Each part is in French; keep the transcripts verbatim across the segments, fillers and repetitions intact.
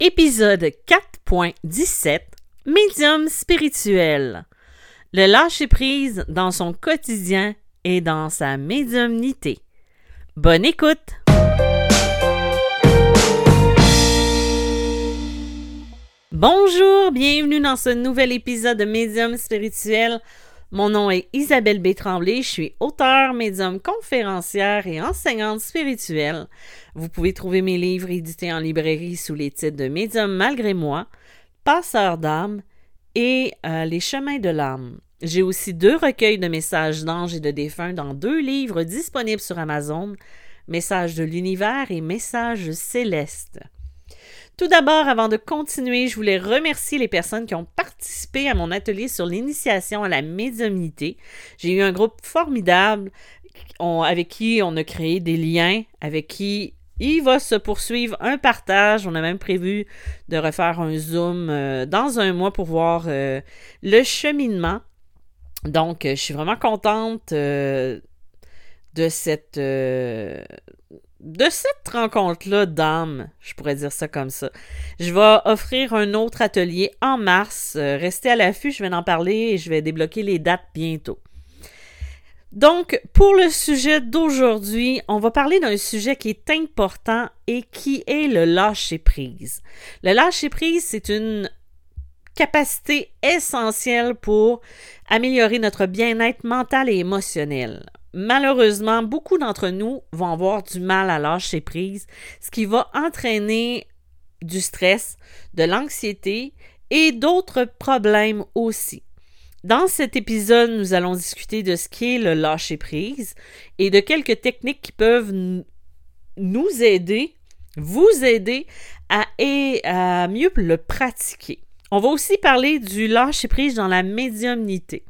Épisode quatre point dix-sept, Médium spirituel. Le lâcher-prise dans son quotidien et dans sa médiumnité. Bonne écoute! Bonjour, bienvenue dans ce nouvel épisode de Médium spirituel. Mon nom est Isabelle B. Tremblay, je suis auteure, médium, conférencière et enseignante spirituelle. Vous pouvez trouver mes livres édités en librairie sous les titres de Médium malgré moi, Passeur d'âme et euh, Les chemins de l'âme. J'ai aussi deux recueils de messages d'anges et de défunts dans deux livres disponibles sur Amazon, Messages de l'univers et Messages célestes. Tout d'abord, avant de continuer, je voulais remercier les personnes qui ont participé à mon atelier sur l'initiation à la médiumnité. J'ai eu un groupe formidable on, avec qui on a créé des liens, avec qui il va se poursuivre un partage. On a même prévu de refaire un Zoom euh, dans un mois pour voir euh, le cheminement. Donc, je suis vraiment contente euh, de cette... Euh, De cette rencontre-là d'âme, je pourrais dire ça comme ça. Je vais offrir un autre atelier en mars. Euh, restez à l'affût, je vais en parler et je vais débloquer les dates bientôt. Donc, pour le sujet d'aujourd'hui, on va parler d'un sujet qui est important et qui est le lâcher-prise. Le lâcher-prise, c'est une capacité essentielle pour améliorer notre bien-être mental et émotionnel. Malheureusement, beaucoup d'entre nous vont avoir du mal à lâcher prise, ce qui va entraîner du stress, de l'anxiété et d'autres problèmes aussi. Dans cet épisode, nous allons discuter de ce qu'est le lâcher prise et de quelques techniques qui peuvent nous aider, vous aider à, à mieux le pratiquer. On va aussi parler du lâcher prise dans la médiumnité,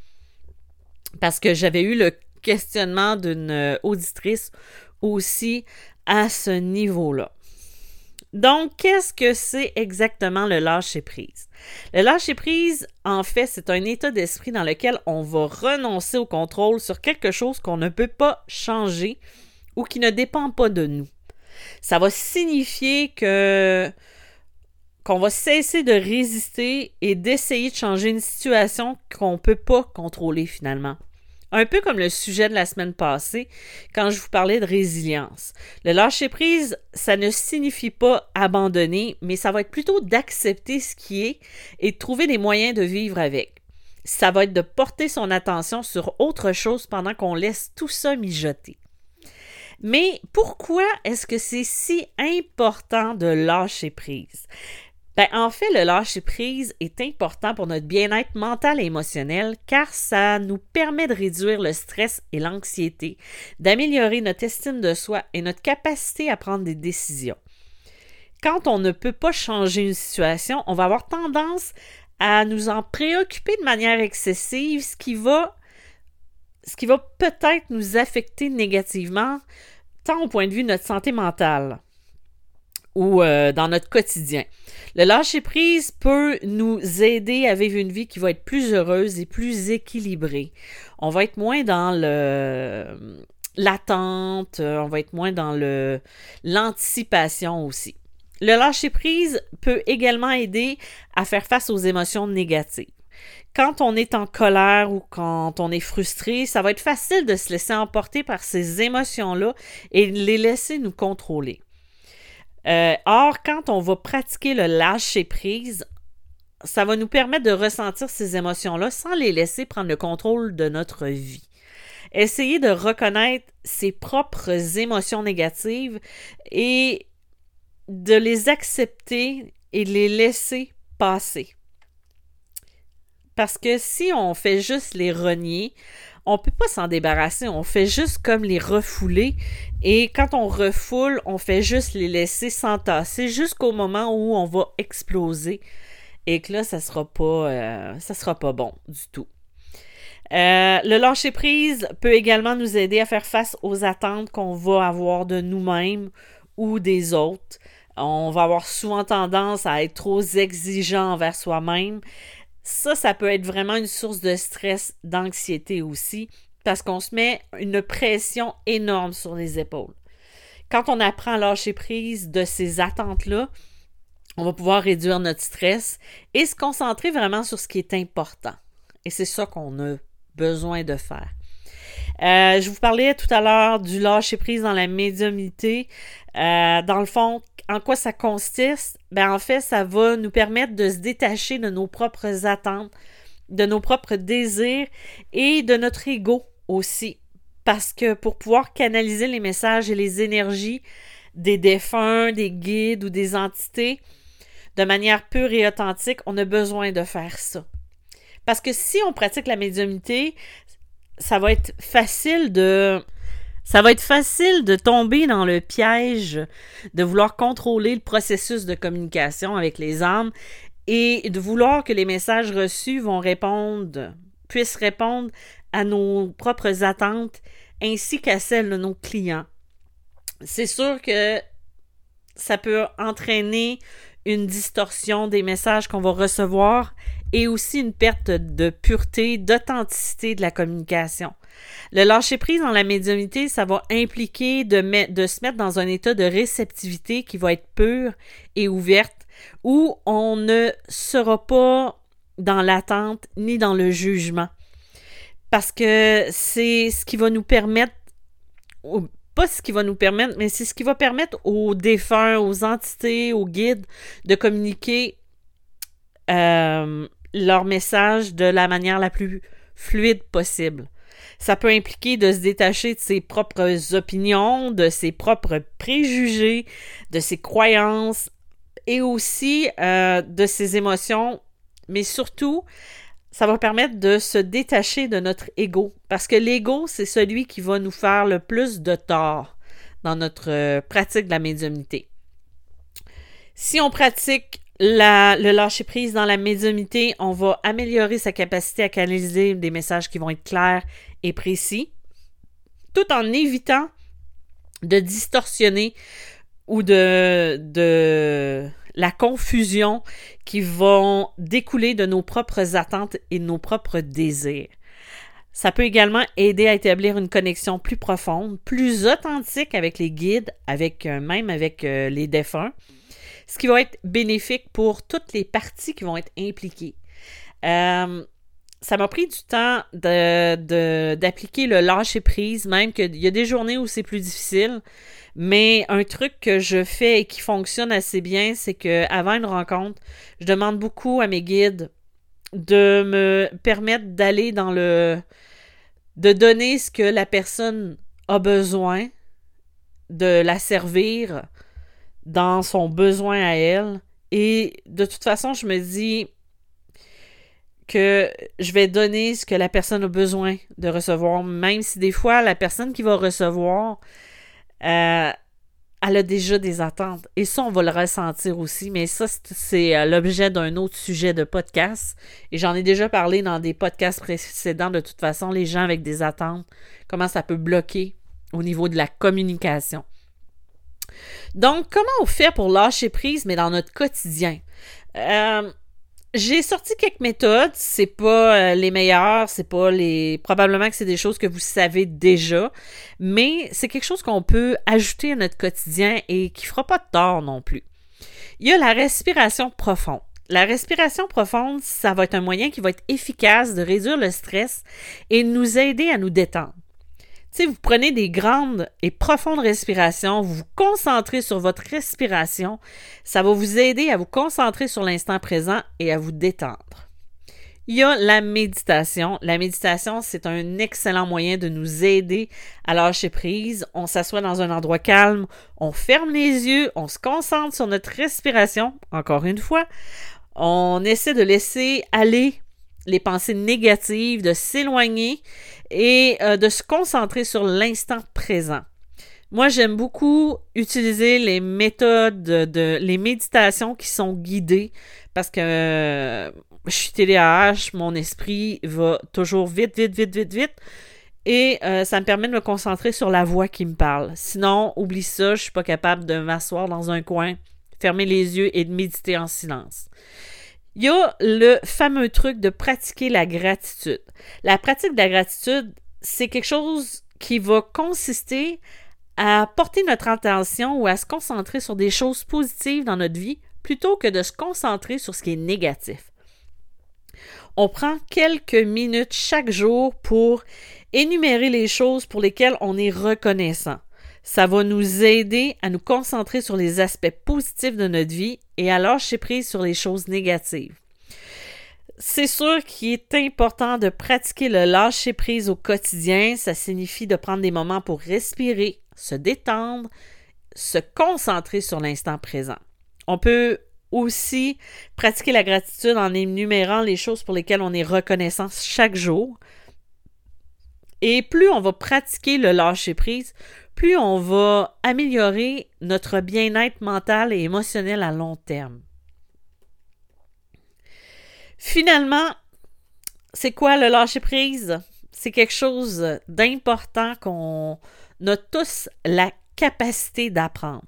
parce que j'avais eu le questionnement d'une auditrice aussi à ce niveau-là. Donc, qu'est-ce que c'est exactement le lâcher-prise? Le lâcher-prise, en fait, c'est un état d'esprit dans lequel on va renoncer au contrôle sur quelque chose qu'on ne peut pas changer ou qui ne dépend pas de nous. Ça va signifier que qu'on va cesser de résister et d'essayer de changer une situation qu'on ne peut pas contrôler finalement. Un peu comme le sujet de la semaine passée, quand je vous parlais de résilience. Le lâcher-prise, ça ne signifie pas abandonner, mais ça va être plutôt d'accepter ce qui est et de trouver des moyens de vivre avec. Ça va être de porter son attention sur autre chose pendant qu'on laisse tout ça mijoter. Mais pourquoi est-ce que c'est si important de lâcher prise? Ben, en fait, le lâcher-prise est important pour notre bien-être mental et émotionnel car ça nous permet de réduire le stress et l'anxiété, d'améliorer notre estime de soi et notre capacité à prendre des décisions. Quand on ne peut pas changer une situation, on va avoir tendance à nous en préoccuper de manière excessive, ce qui va, ce qui va peut-être nous affecter négativement, tant au point de vue de notre santé mentale ou euh, dans notre quotidien. Le lâcher-prise peut nous aider à vivre une vie qui va être plus heureuse et plus équilibrée. On va être moins dans le l'attente, on va être moins dans le l'anticipation aussi. Le lâcher-prise peut également aider à faire face aux émotions négatives. Quand on est en colère ou quand on est frustré, ça va être facile de se laisser emporter par ces émotions-là et de les laisser nous contrôler. Euh, or, quand on va pratiquer le lâcher-prise, ça va nous permettre de ressentir ces émotions-là sans les laisser prendre le contrôle de notre vie. Essayer de reconnaître ses propres émotions négatives et de les accepter et de les laisser passer. Parce que si on fait juste les renier, on ne peut pas s'en débarrasser, on fait juste comme les refouler et quand on refoule, on fait juste les laisser s'entasser jusqu'au moment où on va exploser et que là, ça ne sera pas, euh, ça sera pas bon du tout. Euh, le lâcher-prise peut également nous aider à faire face aux attentes qu'on va avoir de nous-mêmes ou des autres. On va avoir souvent tendance à être trop exigeant envers soi-même. Ça, ça peut être vraiment une source de stress, d'anxiété aussi, parce qu'on se met une pression énorme sur les épaules. Quand on apprend à lâcher prise de ces attentes-là, On va pouvoir réduire notre stress et se concentrer vraiment sur ce qui est important. Et c'est ça qu'on a besoin de faire. Euh, je vous parlais tout à l'heure du lâcher-prise dans la médiumnité. Euh, dans le fond, en quoi ça consiste? Ben, en fait, ça va nous permettre de se détacher de nos propres attentes, de nos propres désirs et de notre ego aussi. Parce que pour pouvoir canaliser les messages et les énergies des défunts, des guides ou des entités de manière pure et authentique, on a besoin de faire ça. Parce que si on pratique la médiumnité, ça va être facile de ça va être facile de tomber dans le piège de vouloir contrôler le processus de communication avec les âmes et de vouloir que les messages reçus vont répondre, puissent répondre à nos propres attentes ainsi qu'à celles de nos clients. C'est sûr que ça peut entraîner une distorsion des messages qu'on va recevoir et aussi une perte de pureté, d'authenticité de la communication. Le lâcher-prise dans la médiumnité, ça va impliquer de, met, de se mettre dans un état de réceptivité qui va être pure et ouverte, où on ne sera pas dans l'attente ni dans le jugement. Parce que c'est ce qui va nous permettre, pas ce qui va nous permettre, mais c'est ce qui va permettre aux défunts, aux entités, aux guides de communiquer euh, leur message de la manière la plus fluide possible. Ça peut impliquer de se détacher de ses propres opinions, de ses propres préjugés, de ses croyances et aussi euh, de ses émotions, mais surtout, ça va permettre de se détacher de notre ego. Parce que l'ego, c'est celui qui va nous faire le plus de tort dans notre euh, pratique de la médiumnité. Si on pratique la, le lâcher-prise dans la médiumnité, on va améliorer sa capacité à canaliser des messages qui vont être clairs et précis, tout en évitant de distorsionner ou de... de la confusion qui vont découler de nos propres attentes et de nos propres désirs. Ça peut également aider à établir une connexion plus profonde, plus authentique avec les guides, avec euh, même avec euh, les défunts, ce qui va être bénéfique pour toutes les parties qui vont être impliquées. Euh, ça m'a pris du temps de, de, d'appliquer le lâcher-prise, même qu'il y a des journées où c'est plus difficile. Mais un truc que je fais et qui fonctionne assez bien, c'est qu'avant une rencontre, je demande beaucoup à mes guides de me permettre d'aller dans le... de donner ce que la personne a besoin, de la servir dans son besoin à elle. Et de toute façon, je me dis que je vais donner ce que la personne a besoin de recevoir, même si des fois, la personne qui va recevoir... Euh, elle a déjà des attentes. Et ça, on va le ressentir aussi. Mais ça, c'est, c'est euh, l'objet d'un autre sujet de podcast. Et j'en ai déjà parlé dans des podcasts précédents. De toute façon, les gens avec des attentes, comment ça peut bloquer au niveau de la communication. Donc, comment on fait pour lâcher prise, mais dans notre quotidien? Euh, J'ai sorti quelques méthodes, c'est pas euh, les meilleures, c'est pas les... Probablement que c'est des choses que vous savez déjà, mais c'est quelque chose qu'on peut ajouter à notre quotidien et qui fera pas de tort non plus. Il y a la respiration profonde. La respiration profonde, ça va être un moyen qui va être efficace de réduire le stress et de nous aider à nous détendre. Tu sais, vous prenez des grandes et profondes respirations, vous vous concentrez sur votre respiration, ça va vous aider à vous concentrer sur l'instant présent et à vous détendre. Il y a la méditation. La méditation, c'est un excellent moyen de nous aider à lâcher prise. On s'assoit dans un endroit calme, on ferme les yeux, on se concentre sur notre respiration, encore une fois. On essaie de laisser aller les pensées négatives, de s'éloigner et euh, de se concentrer sur l'instant présent. Moi, j'aime beaucoup utiliser les méthodes de, de les méditations qui sont guidées parce que euh, je suis T D A H, mon esprit va toujours vite, vite, vite, vite, vite et euh, ça me permet de me concentrer sur la voix qui me parle. Sinon, oublie ça, je suis pas capable de m'asseoir dans un coin, fermer les yeux et de méditer en silence. Il y a le fameux truc de pratiquer la gratitude. La pratique de la gratitude, c'est quelque chose qui va consister à porter notre attention ou à se concentrer sur des choses positives dans notre vie, plutôt que de se concentrer sur ce qui est négatif. On prend quelques minutes chaque jour pour énumérer les choses pour lesquelles on est reconnaissant. Ça va nous aider à nous concentrer sur les aspects positifs de notre vie et à lâcher prise sur les choses négatives. C'est sûr qu'il est important de pratiquer le lâcher prise au quotidien. Ça signifie de prendre des moments pour respirer, se détendre, se concentrer sur l'instant présent. On peut aussi pratiquer la gratitude en énumérant les choses pour lesquelles on est reconnaissant chaque jour. Et plus on va pratiquer le lâcher prise, plus on va améliorer notre bien-être mental et émotionnel à long terme. Finalement, c'est quoi le lâcher prise? C'est quelque chose d'important qu'on a tous la capacité d'apprendre.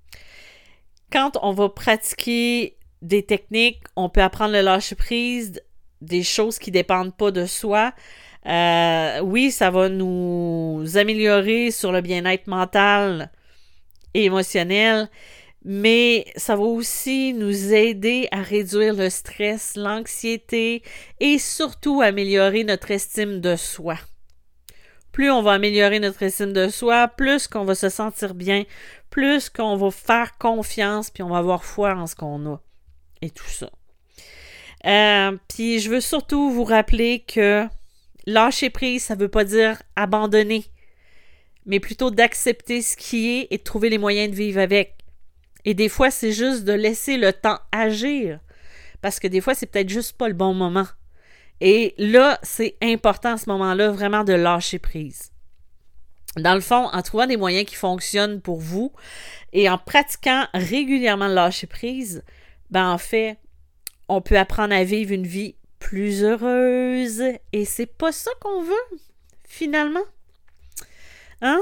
Quand on va pratiquer des techniques, on peut apprendre le lâcher prise, des choses qui ne dépendent pas de soi. Euh, oui, ça va nous améliorer sur le bien-être mental et émotionnel, mais ça va aussi nous aider à réduire le stress, l'anxiété et surtout améliorer notre estime de soi. Plus on va améliorer notre estime de soi, plus qu'on va se sentir bien, plus qu'on va faire confiance, puis on va avoir foi en ce qu'on a et tout ça. Euh, puis je veux surtout vous rappeler que lâcher prise, ça ne veut pas dire abandonner, mais plutôt d'accepter ce qui est et de trouver les moyens de vivre avec. Et des fois, c'est juste de laisser le temps agir, parce que des fois, c'est peut-être juste pas le bon moment. Et là, c'est important à ce moment-là vraiment de lâcher prise. Dans le fond, en trouvant des moyens qui fonctionnent pour vous et en pratiquant régulièrement le lâcher prise, ben en fait, on peut apprendre à vivre une vie plus heureuse. Et c'est pas ça qu'on veut, finalement. Hein?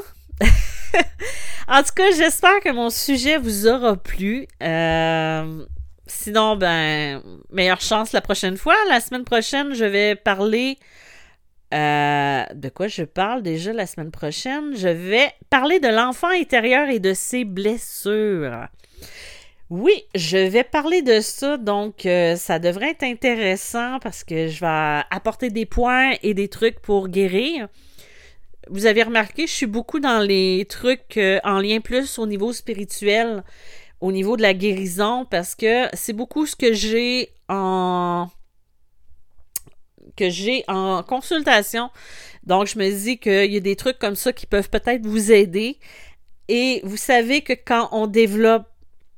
En tout cas, j'espère que mon sujet vous aura plu. Euh, sinon, ben, meilleure chance la prochaine fois. La semaine prochaine, je vais parler... Euh, de quoi je parle déjà la semaine prochaine? Je vais parler de l'enfant intérieur et de ses blessures. Oui, je vais parler de ça, donc euh, ça devrait être intéressant parce que je vais apporter des points et des trucs pour guérir. Vous avez remarqué, je suis beaucoup dans les trucs euh, en lien plus au niveau spirituel, au niveau de la guérison, parce que c'est beaucoup ce que j'ai en... que j'ai en consultation. Donc, je me dis qu'il y a des trucs comme ça qui peuvent peut-être vous aider. Et vous savez que quand on développe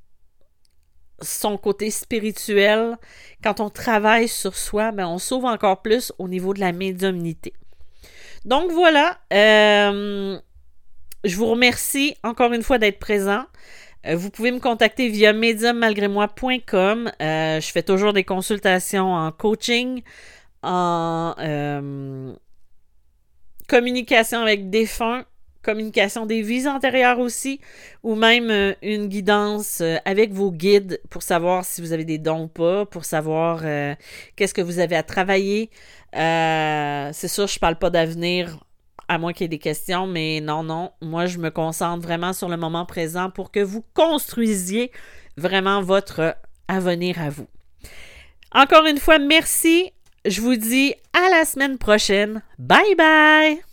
son côté spirituel, quand on travaille sur soi, ben on s'ouvre encore plus au niveau de la médiumnité. Donc, voilà. Euh, je vous remercie encore une fois d'être présent. Euh, vous pouvez me contacter via medium malgré moi point com. Euh, je fais toujours des consultations en coaching, en euh, communication avec défunts, communication des vies antérieures aussi, ou même euh, une guidance euh, avec vos guides pour savoir si vous avez des dons ou pas, pour savoir euh, qu'est-ce que vous avez à travailler. Euh, c'est sûr, je ne parle pas d'avenir, à moins qu'il y ait des questions, mais non, non, moi je me concentre vraiment sur le moment présent pour que vous construisiez vraiment votre avenir à vous. Encore une fois, merci. Je vous dis à la semaine prochaine. Bye bye!